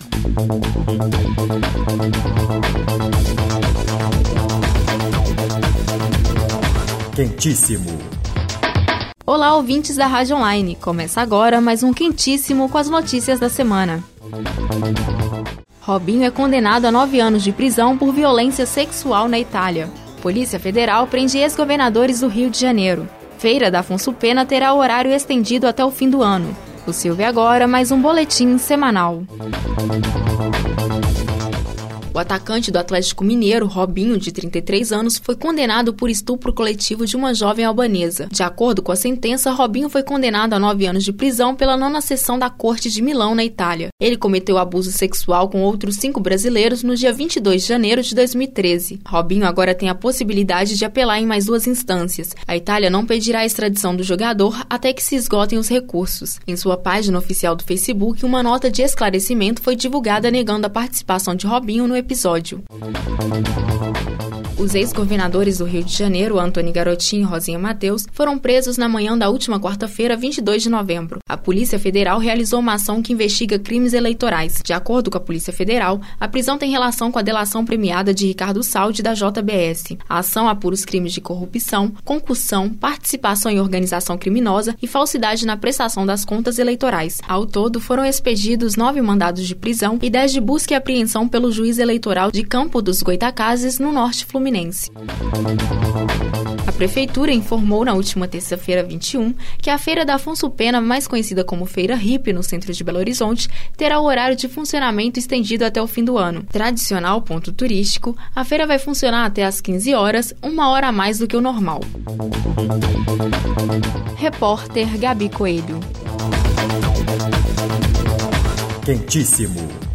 Quentíssimo. Olá, ouvintes da Rádio Online. Começa agora mais um Quentíssimo com as notícias da semana. Robinho é condenado a 9 anos de prisão por violência sexual na Itália. Polícia Federal prende ex-governadores do Rio de Janeiro. Feira da Afonso Pena terá o horário estendido até o fim do ano. Você ouve agora mais um boletim semanal. O atacante do Atlético Mineiro, Robinho, de 33 anos, foi condenado por estupro coletivo de uma jovem albanesa. De acordo com a sentença, Robinho foi condenado a 9 anos de prisão pela 9ª Seção da Corte de Milão, na Itália. Ele cometeu abuso sexual com outros 5 brasileiros no dia 22 de janeiro de 2013. Robinho agora tem a possibilidade de apelar em mais 2 instâncias. A Itália não pedirá a extradição do jogador até que se esgotem os recursos. Em sua página oficial do Facebook, uma nota de esclarecimento foi divulgada negando a participação de Robinho no episódio. Os ex-governadores do Rio de Janeiro, Antony Garotinho e Rosinha Mateus, foram presos na manhã da última quarta-feira, 22 de novembro. A Polícia Federal realizou uma ação que investiga crimes eleitorais. De acordo com a Polícia Federal, a prisão tem relação com a delação premiada de Ricardo Saldi, da JBS. A ação apura os crimes de corrupção, concussão, participação em organização criminosa e falsidade na prestação das contas eleitorais. Ao todo, foram expedidos 9 mandados de prisão e 10 de busca e apreensão pelo juiz eleitoral de Campo dos Goitacazes, no norte fluminense. A Prefeitura informou na última terça-feira, 21, que a Feira da Afonso Pena, mais conhecida como Feira Hippie, no centro de Belo Horizonte, terá o horário de funcionamento estendido até o fim do ano. Tradicional ponto turístico, a feira vai funcionar até às 15 horas, 1 hora a mais do que o normal. Repórter Gabi Coelho. Quentíssimo.